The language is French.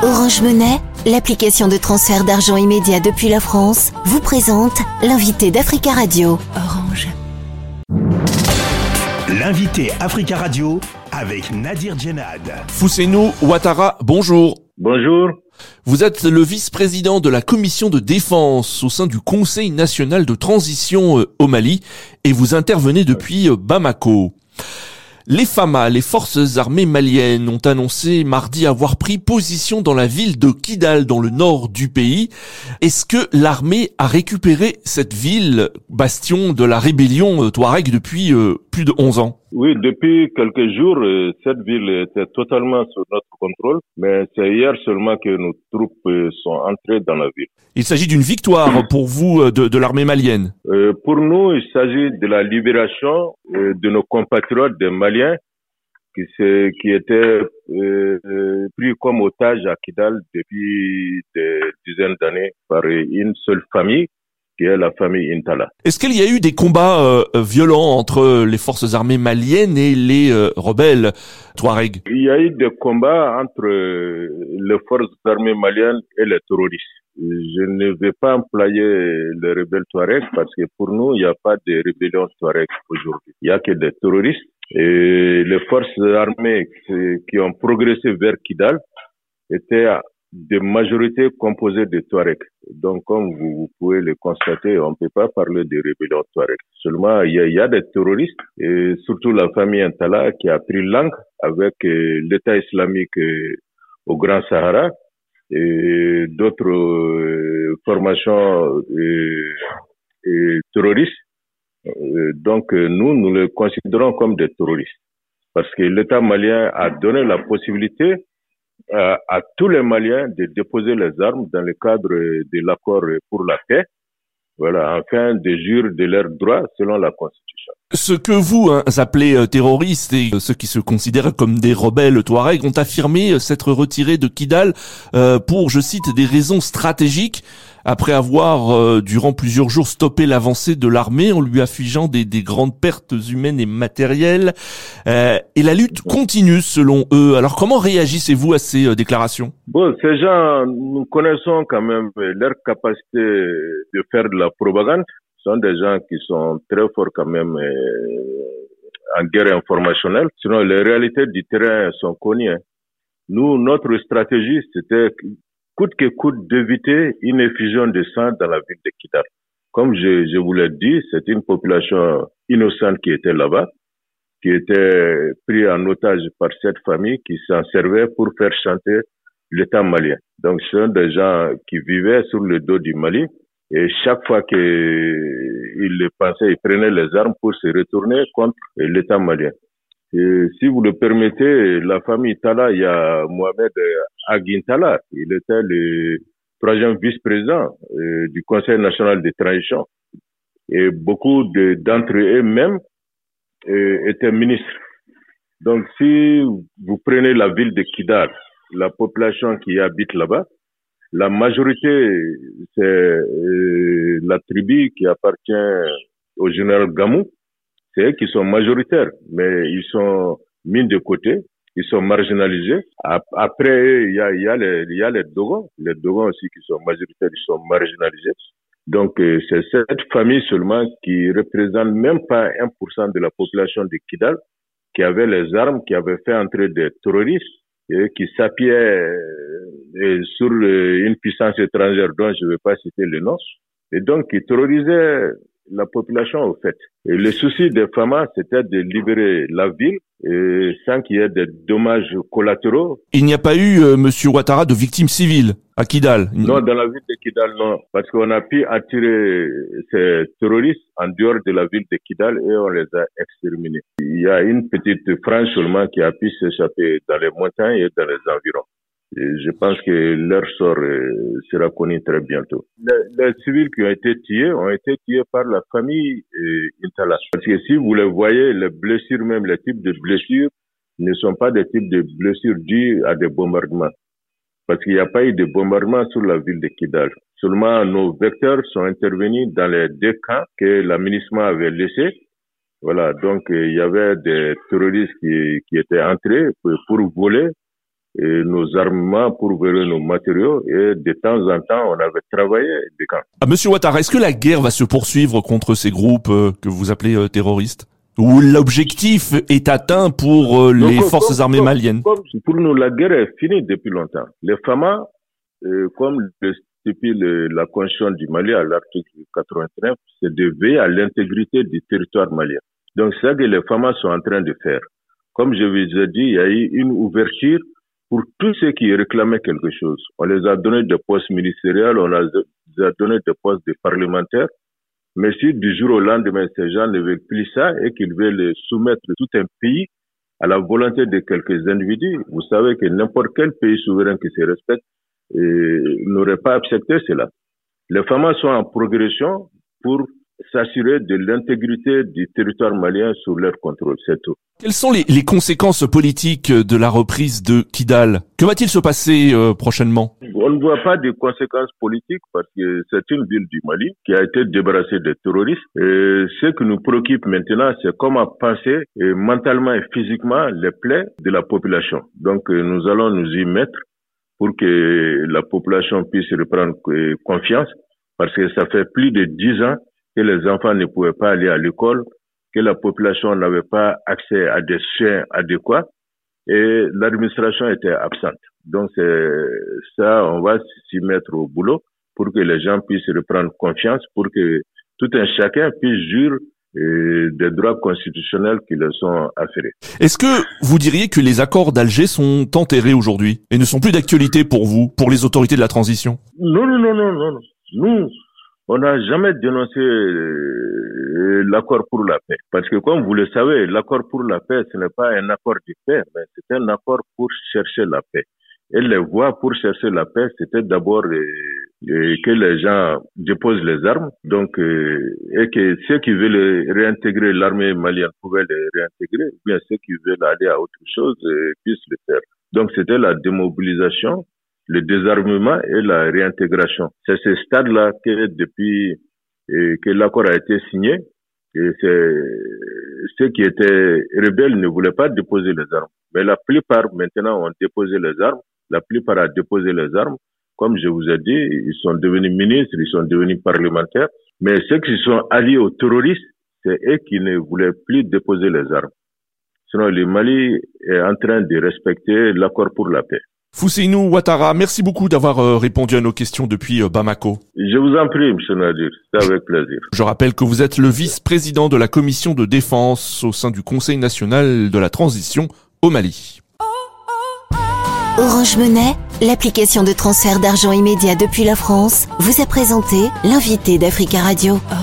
Orange Money, l'application de transfert d'argent immédiat depuis la France, vous présente l'invité d'Africa Radio. Orange. L'invité Africa Radio avec Nadir Djenad. Fousseynou Ouattara, bonjour. Bonjour. Vous êtes le vice-président de la commission de défense au sein du Conseil national de transition au Mali et vous intervenez depuis Bamako. Les FAMA, les forces armées maliennes, ont annoncé mardi avoir pris position dans la ville de Kidal, dans le nord du pays. Est-ce que l'armée a récupéré cette ville, bastion de la rébellion Touareg, depuis plus de 11 ans? Oui, depuis quelques jours, cette ville était totalement sous notre contrôle, mais c'est hier seulement que nos troupes sont entrées dans la ville. Il s'agit d'une victoire pour vous de l'armée malienne. Pour nous, il s'agit de la libération de nos compatriotes des Maliens qui étaient pris comme otages à Kidal depuis des dizaines d'années par une seule famille, qui est la famille Intala. Est-ce qu'il y a eu des combats violents entre les forces armées maliennes et les rebelles Touareg? Il y a eu des combats entre les forces armées maliennes et les terroristes. Je ne vais pas employer les rebelles Touareg parce que pour nous, il n'y a pas de rébellion Touareg aujourd'hui. Il n'y a que des terroristes. Et les forces armées qui ont progressé vers Kidal étaient de majorité composée de Touareg. Donc, comme vous pouvez le constater, on ne peut pas parler de rébellion Touareg. Seulement, il y a des terroristes, et surtout la famille Intala qui a pris langue avec l'État islamique au Grand Sahara et d'autres formations terroristes. Donc, nous les considérons comme des terroristes. Parce que l'État malien a donné la possibilité à tous les Maliens de déposer les armes dans le cadre de l'accord pour la paix, voilà, afin de jurer de leurs droits selon la Constitution. Ce que vous appelez terroristes et ceux qui se considèrent comme des rebelles Touareg ont affirmé s'être retirés de Kidal pour, je cite, des raisons stratégiques, après avoir durant plusieurs jours stoppé l'avancée de l'armée en lui affligeant des grandes pertes humaines et matérielles. Et la lutte continue selon eux. Alors comment réagissez-vous à ces déclarations? Bon, ces gens, nous connaissons quand même leur capacité de faire de la propagande. Ce sont des gens qui sont très forts quand même en guerre informationnelle. Sinon, les réalités du terrain sont connues. Nous, notre stratégie, c'était coûte que coûte d'éviter une effusion de sang dans la ville de Kidal. Comme je vous l'ai dit, c'est une population innocente qui était là-bas, qui était prise en otage par cette famille qui s'en servait pour faire chanter l'État malien. Donc, ce sont des gens qui vivaient sur le dos du Mali. Et chaque fois qu'ils le pensaient, ils prenaient les armes pour se retourner contre l'État malien. Et si vous le permettez, la famille Tala, il y a Mohamed Aguintala. Il était le troisième vice-président du Conseil national de transition. Et beaucoup d'entre eux même étaient ministres. Donc si vous prenez la ville de Kidal, la population qui habite là-bas, la majorité, c'est la tribu qui appartient au général Gamou. C'est eux qui sont majoritaires, mais ils sont mis de côté, ils sont marginalisés. Après, il y a les Dogons. Les Dogons aussi qui sont majoritaires, ils sont marginalisés. Donc, c'est cette famille seulement qui représente même pas 1% de la population de Kidal, qui avait les armes, qui avait fait entrer des terroristes, et qui s'appuyaient sur une puissance étrangère dont je ne vais pas citer le nom, et donc qui terrorisait la population au fait. Et le souci des FAMA, c'était de libérer la ville sans qu'il y ait de dommages collatéraux. Il n'y a pas eu, monsieur Ouattara, de victimes civiles à Kidal? Non, dans la ville de Kidal, non. Parce qu'on a pu attirer ces terroristes en dehors de la ville de Kidal et on les a exterminés. Il y a une petite frange seulement qui a pu s'échapper dans les montagnes et dans les environs. Et je pense que leur sort sera connu très bientôt. Les civils qui ont été tués par la famille Intala. Parce que si vous les voyez, les blessures même, les types de blessures ne sont pas des types de blessures dues à des bombardements. Parce qu'il n'y a pas eu de bombardement sur la ville de Kidal. Seulement, nos vecteurs sont intervenus dans les deux camps que l'aménagement avait laissés. Voilà, donc il y avait des terroristes qui étaient entrés pour voler nos armements, pour verrer nos matériaux, et de temps en temps, on avait travaillé des camps. Monsieur Ouattara, est-ce que la guerre va se poursuivre contre ces groupes que vous appelez terroristes? Ou l'objectif est atteint pour les forces armées maliennes? Pour nous, la guerre est finie depuis longtemps. Les FAMA, comme le stipule la Constitution du Mali à l'article 89, c'est de veiller à l'intégrité du territoire malien. Donc c'est ça que les FAMA sont en train de faire. Comme je vous ai dit, il y a eu une ouverture pour tous ceux qui réclamaient quelque chose. On les a donné des postes ministériels, on les a donné des postes de parlementaires. Mais si du jour au lendemain, ces gens ne veulent plus ça et qu'ils veulent soumettre tout un pays à la volonté de quelques individus, vous savez que n'importe quel pays souverain qui se respecte n'aurait pas accepté cela. Les FAMA sont en progression pour s'assurer de l'intégrité du territoire malien sous leur contrôle, c'est tout. Quelles sont les conséquences politiques de la reprise de Kidal? Que va-t-il se passer prochainement? On ne voit pas de conséquences politiques parce que c'est une ville du Mali qui a été débarrassée des terroristes. Et ce qui nous préoccupe maintenant, c'est comment penser mentalement et physiquement les plaies de la population. Donc nous allons nous y mettre pour que la population puisse reprendre confiance parce que ça fait plus de 10 ans que les enfants ne pouvaient pas aller à l'école, que la population n'avait pas accès à des soins adéquats et l'administration était absente. Donc c'est ça, on va s'y mettre au boulot pour que les gens puissent reprendre confiance, pour que tout un chacun puisse jurer des droits constitutionnels qui leur sont afférés. Est-ce que vous diriez que les accords d'Alger sont enterrés aujourd'hui et ne sont plus d'actualité pour vous, pour les autorités de la transition? Non. Nous, on n'a jamais dénoncé l'accord pour la paix. Parce que comme vous le savez, l'accord pour la paix, ce n'est pas un accord de paix, mais c'est un accord pour chercher la paix. Et les voies pour chercher la paix, c'était d'abord que les gens déposent les armes, donc et que ceux qui veulent réintégrer l'armée malienne pouvaient les réintégrer, ou bien ceux qui veulent aller à autre chose puissent le faire. Donc c'était la démobilisation, le désarmement et la réintégration. C'est ce stade-là que depuis que l'accord a été signé, et ceux qui étaient rebelles ne voulaient pas déposer les armes. Mais la plupart maintenant ont déposé les armes. La plupart ont déposé les armes. Comme je vous ai dit, ils sont devenus ministres, ils sont devenus parlementaires. Mais ceux qui sont alliés aux terroristes, c'est eux qui ne voulaient plus déposer les armes. Sinon, le Mali est en train de respecter l'accord pour la paix. Fouseynou Ouattara, merci beaucoup d'avoir répondu à nos questions depuis Bamako. Je vous en prie, M. Nadir, c'est avec plaisir. Je rappelle que vous êtes le vice-président de la commission de défense au sein du Conseil national de la transition au Mali. Orange Money, l'application de transfert d'argent immédiat depuis la France, vous a présenté l'invité d'Africa Radio.